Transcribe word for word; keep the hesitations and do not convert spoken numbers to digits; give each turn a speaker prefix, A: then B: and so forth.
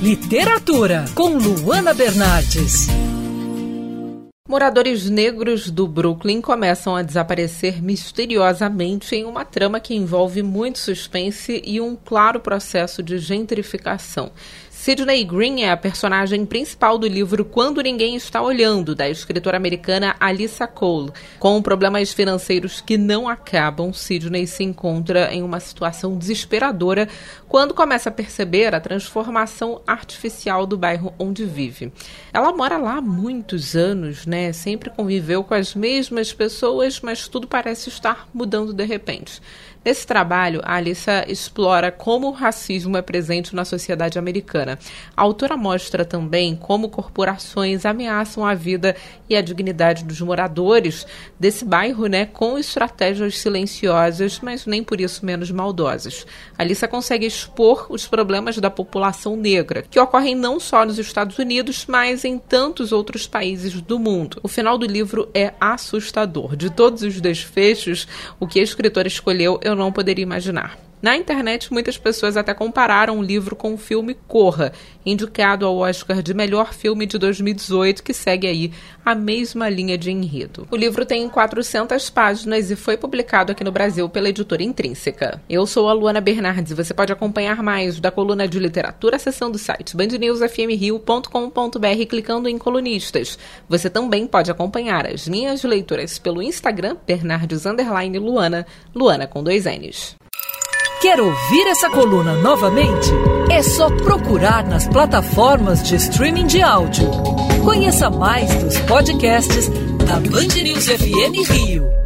A: Literatura, com Luana Bernardes.
B: Moradores negros do Brooklyn começam a desaparecer misteriosamente em uma trama que envolve muito suspense e um claro processo de gentrificação. Sydney Green é a personagem principal do livro Quando Ninguém Está Olhando, da escritora americana Alyssa Cole. Com problemas financeiros que não acabam, Sydney se encontra em uma situação desesperadora quando começa a perceber a transformação artificial do bairro onde vive. Ela mora lá há muitos anos, né? Sempre conviveu com as mesmas pessoas, mas tudo parece estar mudando de repente. Nesse trabalho, a Alyssa explora como o racismo é presente na sociedade americana. A autora mostra também como corporações ameaçam a vida e a dignidade dos moradores desse bairro, né, com estratégias silenciosas, mas nem por isso menos maldosas. A Alyssa consegue expor os problemas da população negra, que ocorrem não só nos Estados Unidos, mas em tantos outros países do mundo. O final do livro é assustador. De todos os desfechos, o que a escritora escolheu, eu não poderia imaginar. Na internet, muitas pessoas até compararam o livro com o filme Corra, indicado ao Oscar de melhor filme de dois mil e dezoito, que segue aí a mesma linha de enredo. O livro tem quatrocentas páginas e foi publicado aqui no Brasil pela editora Intrínseca. Eu sou a Luana Bernardes e você pode acompanhar mais da coluna de literatura, seção do site band news f m rio ponto com ponto b r clicando em colunistas. Você também pode acompanhar as minhas leituras pelo Instagram, Bernardes underline Luana, Luana com dois N's.
A: Quer ouvir essa coluna novamente? É só procurar nas plataformas de streaming de áudio. Conheça mais dos podcasts da Band News F M Rio.